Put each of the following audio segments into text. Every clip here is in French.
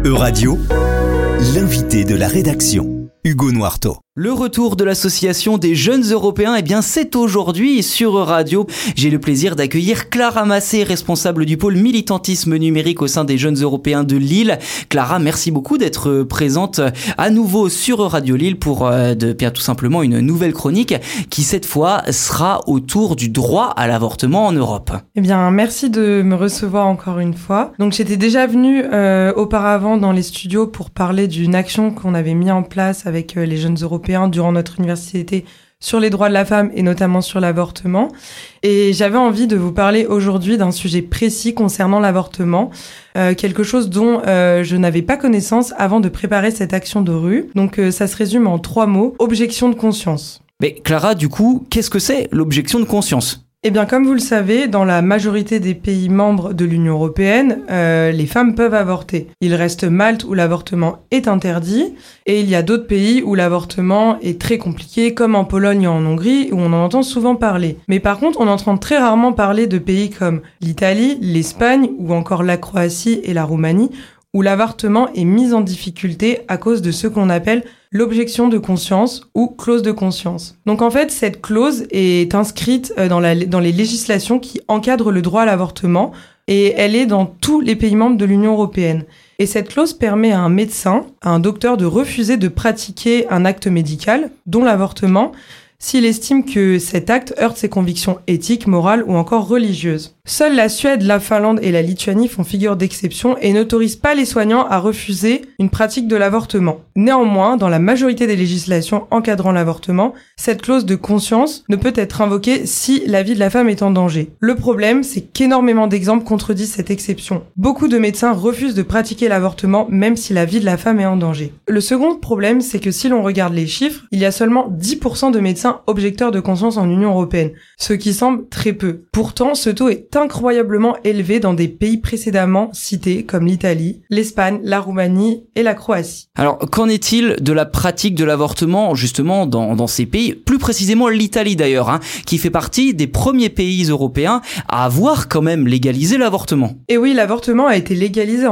Euradio, l'invité de la rédaction, Hugo Noirteau. Le retour de l'association des jeunes européens, c'est aujourd'hui sur Euradio. J'ai le plaisir d'accueillir Clara Massé, responsable du pôle militantisme numérique au sein des jeunes européens de Lille. Clara, merci beaucoup d'être présente à nouveau sur Euradio Lille pour tout simplement une nouvelle chronique qui cette fois sera autour du droit à l'avortement en Europe. Merci de me recevoir encore une fois. Donc j'étais déjà venue auparavant dans les studios pour parler d'une action qu'on avait mis en place avec les jeunes européens durant notre université sur les droits de la femme et notamment sur l'avortement. Et j'avais envie de vous parler aujourd'hui d'un sujet précis concernant l'avortement, quelque chose dont je n'avais pas connaissance avant de préparer cette action de rue. Donc ça se résume en 3 mots, objection de conscience. Mais Clara, du coup, qu'est-ce que c'est l'objection de conscience ? Comme vous le savez, dans la majorité des pays membres de l'Union européenne, les femmes peuvent avorter. Il reste Malte où l'avortement est interdit, et il y a d'autres pays où l'avortement est très compliqué, comme en Pologne et en Hongrie, où on en entend souvent parler. Mais par contre, on entend très rarement parler de pays comme l'Italie, l'Espagne, ou encore la Croatie et la Roumanie, où l'avortement est mis en difficulté à cause de ce qu'on appelle l'objection de conscience ou clause de conscience. Donc en fait, cette clause est inscrite dans les législations qui encadrent le droit à l'avortement et elle est dans tous les pays membres de l'Union européenne. Et cette clause permet à un médecin, à un docteur de refuser de pratiquer un acte médical, dont l'avortement, s'il estime que cet acte heurte ses convictions éthiques, morales ou encore religieuses. Seules la Suède, la Finlande et la Lituanie font figure d'exception et n'autorisent pas les soignants à refuser une pratique de l'avortement. Néanmoins, dans la majorité des législations encadrant l'avortement, cette clause de conscience ne peut être invoquée si la vie de la femme est en danger. Le problème, c'est qu'énormément d'exemples contredisent cette exception. Beaucoup de médecins refusent de pratiquer l'avortement même si la vie de la femme est en danger. Le second problème, c'est que si l'on regarde les chiffres, il y a seulement 10% de médecins objecteurs de conscience en Union européenne, ce qui semble très peu. Pourtant, ce taux est incroyablement élevé dans des pays précédemment cités comme l'Italie, l'Espagne, la Roumanie et la Croatie. Alors, qu'en est-il de la pratique de l'avortement justement dans ces pays, plus précisément l'Italie d'ailleurs, qui fait partie des premiers pays européens à avoir quand même légalisé l'avortement. Et oui, l'avortement a été légalisé en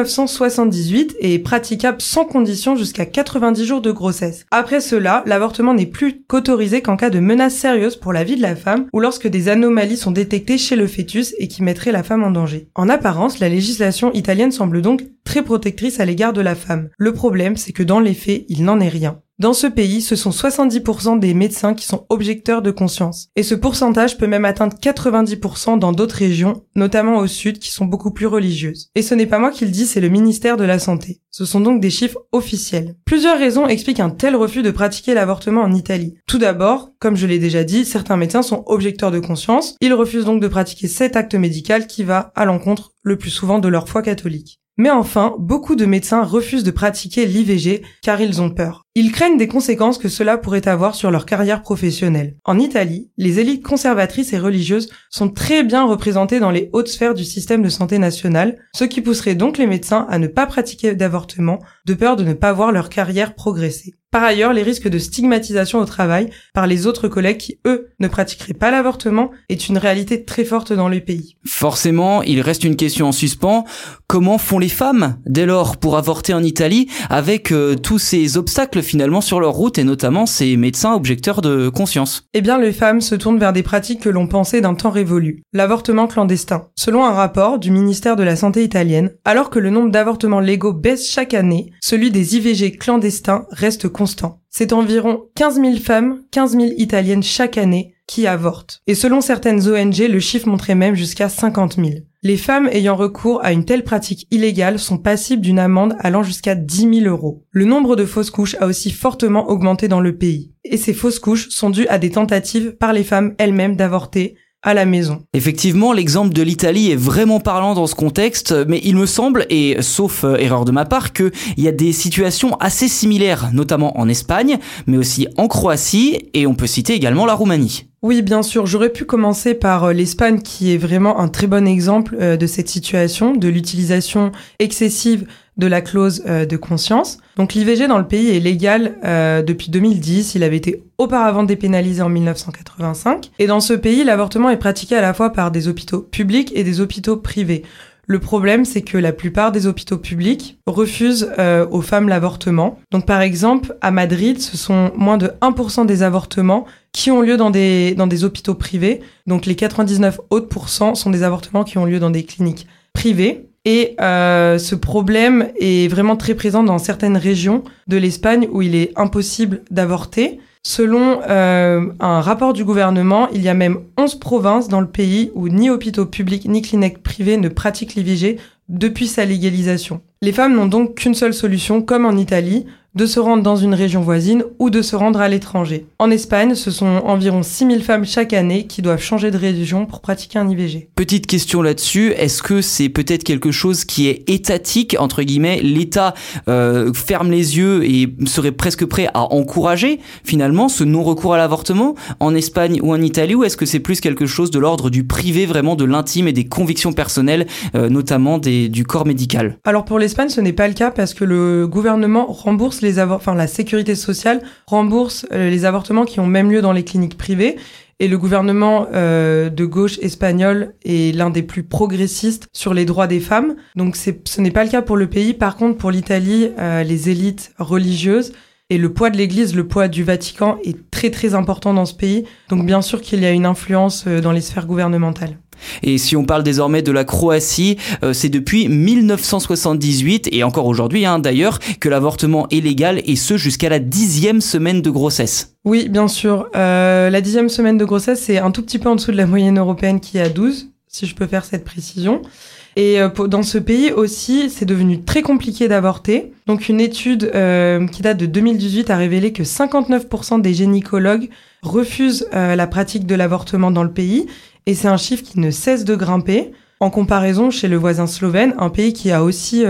1978 et est praticable sans condition jusqu'à 90 jours de grossesse. Après cela, l'avortement n'est plus qu'autorisé qu'en cas de menace sérieuse pour la vie de la femme ou lorsque des anomalies sont détectées chez le fœtus et qui mettraient la femme en danger. En apparence, la législation italienne semble donc très protectrice à l'égard de la femme. Le problème, c'est que dans les faits, il n'en est rien. Dans ce pays, ce sont 70% des médecins qui sont objecteurs de conscience. Et ce pourcentage peut même atteindre 90% dans d'autres régions, notamment au sud, qui sont beaucoup plus religieuses. Et ce n'est pas moi qui le dis, c'est le ministère de la Santé. Ce sont donc des chiffres officiels. Plusieurs raisons expliquent un tel refus de pratiquer l'avortement en Italie. Tout d'abord, comme je l'ai déjà dit, certains médecins sont objecteurs de conscience. Ils refusent donc de pratiquer cet acte médical qui va à l'encontre le plus souvent de leur foi catholique. Mais enfin, beaucoup de médecins refusent de pratiquer l'IVG car ils ont peur. Ils craignent des conséquences que cela pourrait avoir sur leur carrière professionnelle. En Italie, les élites conservatrices et religieuses sont très bien représentées dans les hautes sphères du système de santé national, ce qui pousserait donc les médecins à ne pas pratiquer d'avortement de peur de ne pas voir leur carrière progresser. Par ailleurs, les risques de stigmatisation au travail par les autres collègues qui, eux, ne pratiqueraient pas l'avortement est une réalité très forte dans le pays. Forcément, il reste une question en suspens. Comment font les femmes, dès lors, pour avorter en Italie avec tous ces obstacles finalement sur leur route et notamment ces médecins objecteurs de conscience? Les femmes se tournent vers des pratiques que l'on pensait d'un temps révolu. L'avortement clandestin. Selon un rapport du ministère de la Santé italienne, alors que le nombre d'avortements légaux baisse chaque année, celui des IVG clandestins reste constant. C'est environ 15 000 femmes, 15 000 italiennes chaque année qui avortent. Et selon certaines ONG, le chiffre montrait même jusqu'à 50 000. Les femmes ayant recours à une telle pratique illégale sont passibles d'une amende allant jusqu'à 10 000 €. Le nombre de fausses couches a aussi fortement augmenté dans le pays. Et ces fausses couches sont dues à des tentatives par les femmes elles-mêmes d'avorter à la maison. Effectivement, l'exemple de l'Italie est vraiment parlant dans ce contexte, mais il me semble, et sauf erreur de ma part, qu'il y a des situations assez similaires, notamment en Espagne, mais aussi en Croatie, et on peut citer également la Roumanie. Oui, bien sûr, j'aurais pu commencer par l'Espagne qui est vraiment un très bon exemple de cette situation, de l'utilisation excessive de la clause de conscience. Donc l'IVG dans le pays est légal depuis 2010, il avait été auparavant dépénalisé en 1985. Et dans ce pays, l'avortement est pratiqué à la fois par des hôpitaux publics et des hôpitaux privés. Le problème, c'est que la plupart des hôpitaux publics refusent aux femmes l'avortement. Donc par exemple, à Madrid, ce sont moins de 1% des avortements qui ont lieu dans des hôpitaux privés. Donc les 99 autres % sont des avortements qui ont lieu dans des cliniques privées. Et ce problème est vraiment très présent dans certaines régions de l'Espagne où il est impossible d'avorter. Selon un rapport du gouvernement, il y a même 11 provinces dans le pays où ni hôpitaux publics ni cliniques privées ne pratiquent l'IVG depuis sa légalisation. Les femmes n'ont donc qu'une seule solution, comme en Italie, de se rendre dans une région voisine ou de se rendre à l'étranger. En Espagne, ce sont environ 6000 femmes chaque année qui doivent changer de région pour pratiquer un IVG. Petite question là-dessus, est-ce que c'est peut-être quelque chose qui est étatique, entre guillemets, l'État ferme les yeux et serait presque prêt à encourager finalement ce non-recours à l'avortement en Espagne ou en Italie, ou est-ce que c'est plus quelque chose de l'ordre du privé, vraiment de l'intime et des convictions personnelles, notamment du corps médical? Alors pour l'Espagne, ce n'est pas le cas parce que le gouvernement rembourse la sécurité sociale rembourse les avortements qui ont même lieu dans les cliniques privées. Et le gouvernement de gauche espagnol est l'un des plus progressistes sur les droits des femmes. Donc ce n'est pas le cas pour le pays. Par contre, pour l'Italie, les élites religieuses et le poids de l'Église, le poids du Vatican est très très important dans ce pays. Donc bien sûr qu'il y a une influence dans les sphères gouvernementales. Et si on parle désormais de la Croatie, c'est depuis 1978 et encore aujourd'hui d'ailleurs que l'avortement est légal, et ce jusqu'à la 10e semaine de grossesse. Oui, bien sûr. La 10e semaine de grossesse, c'est un tout petit peu en dessous de la moyenne européenne qui est à 12, si je peux faire cette précision. Et dans ce pays aussi, c'est devenu très compliqué d'avorter. Donc une étude qui date de 2018 a révélé que 59% des gynécologues refusent la pratique de l'avortement dans le pays. Et c'est un chiffre qui ne cesse de grimper. En comparaison, chez le voisin slovène, un pays qui est aussi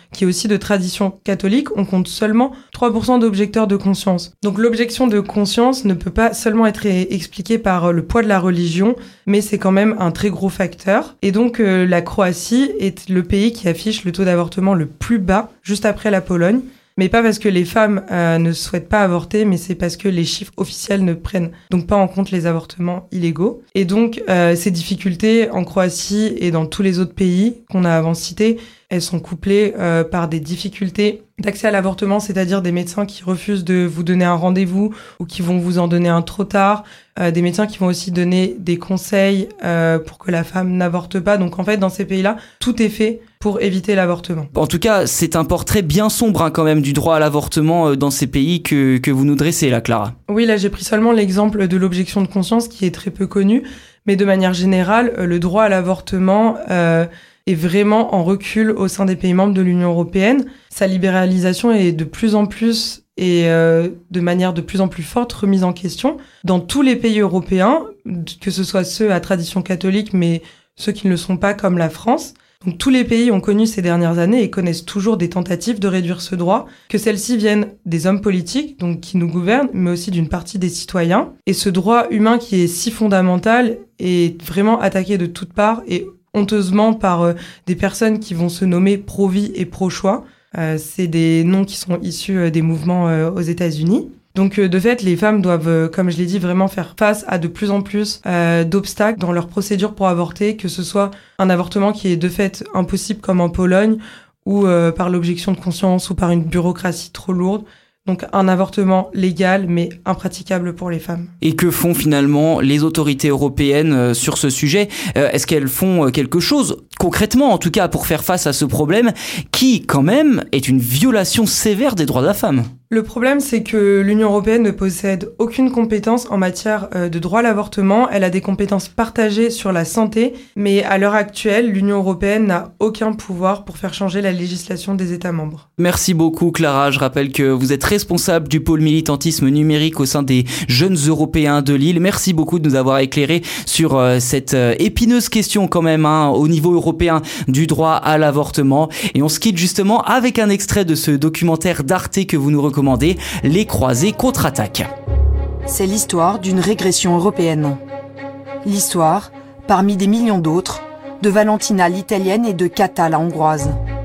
de tradition catholique, on compte seulement 3% d'objecteurs de conscience. Donc l'objection de conscience ne peut pas seulement être expliquée par le poids de la religion, mais c'est quand même un très gros facteur. Et donc la Croatie est le pays qui affiche le taux d'avortement le plus bas, juste après la Pologne. Mais pas parce que les femmes ne souhaitent pas avorter, mais c'est parce que les chiffres officiels ne prennent donc pas en compte les avortements illégaux. Et donc, ces difficultés en Croatie et dans tous les autres pays qu'on a avant cités, elles sont couplées par des difficultés d'accès à l'avortement, c'est-à-dire des médecins qui refusent de vous donner un rendez-vous ou qui vont vous en donner un trop tard, des médecins qui vont aussi donner des conseils pour que la femme n'avorte pas. Donc en fait, dans ces pays-là, tout est fait pour éviter l'avortement. En tout cas, c'est un portrait bien sombre quand même du droit à l'avortement dans ces pays que vous nous dressez là, Clara. Oui, là j'ai pris seulement l'exemple de l'objection de conscience qui est très peu connue, mais de manière générale, le droit à l'avortement est vraiment en recul au sein des pays membres de l'Union européenne. Sa libéralisation est de plus en plus et de manière de plus en plus forte remise en question dans tous les pays européens, que ce soit ceux à tradition catholique, mais ceux qui ne le sont pas comme la France. Donc tous les pays ont connu ces dernières années et connaissent toujours des tentatives de réduire ce droit, que celles-ci viennent des hommes politiques, donc qui nous gouvernent, mais aussi d'une partie des citoyens. Et ce droit humain qui est si fondamental est vraiment attaqué de toutes parts et honteusement par des personnes qui vont se nommer pro-vie et pro-choix. C'est des noms qui sont issus des mouvements aux États-Unis. Donc de fait, les femmes doivent, comme je l'ai dit, vraiment faire face à de plus en plus d'obstacles dans leur procédure pour avorter, que ce soit un avortement qui est de fait impossible comme en Pologne, ou par l'objection de conscience, ou par une bureaucratie trop lourde. Donc un avortement légal mais impraticable pour les femmes. Et que font finalement les autorités européennes sur ce sujet ? Est-ce qu'elles font quelque chose, concrètement en tout cas, pour faire face à ce problème qui quand même est une violation sévère des droits de la femme ? Le problème, c'est que l'Union européenne ne possède aucune compétence en matière de droit à l'avortement. Elle a des compétences partagées sur la santé, mais à l'heure actuelle, l'Union européenne n'a aucun pouvoir pour faire changer la législation des États membres. Merci beaucoup Clara, je rappelle que vous êtes responsable du pôle militantisme numérique au sein des Jeunes Européens de Lille. Merci beaucoup de nous avoir éclairé sur cette épineuse question quand même au niveau européen du droit à l'avortement. Et on se quitte justement avec un extrait de ce documentaire d'Arte que vous nous recommandez, Les Croisés contre-attaquent. C'est l'histoire d'une régression européenne. L'histoire, parmi des millions d'autres, de Valentina l'italienne et de Kata la hongroise.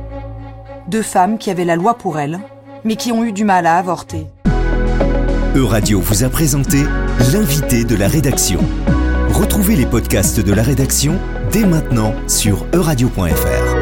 Deux femmes qui avaient la loi pour elles, mais qui ont eu du mal à avorter. Euradio vous a présenté l'invité de la rédaction. Retrouvez les podcasts de la rédaction dès maintenant sur euradio.fr.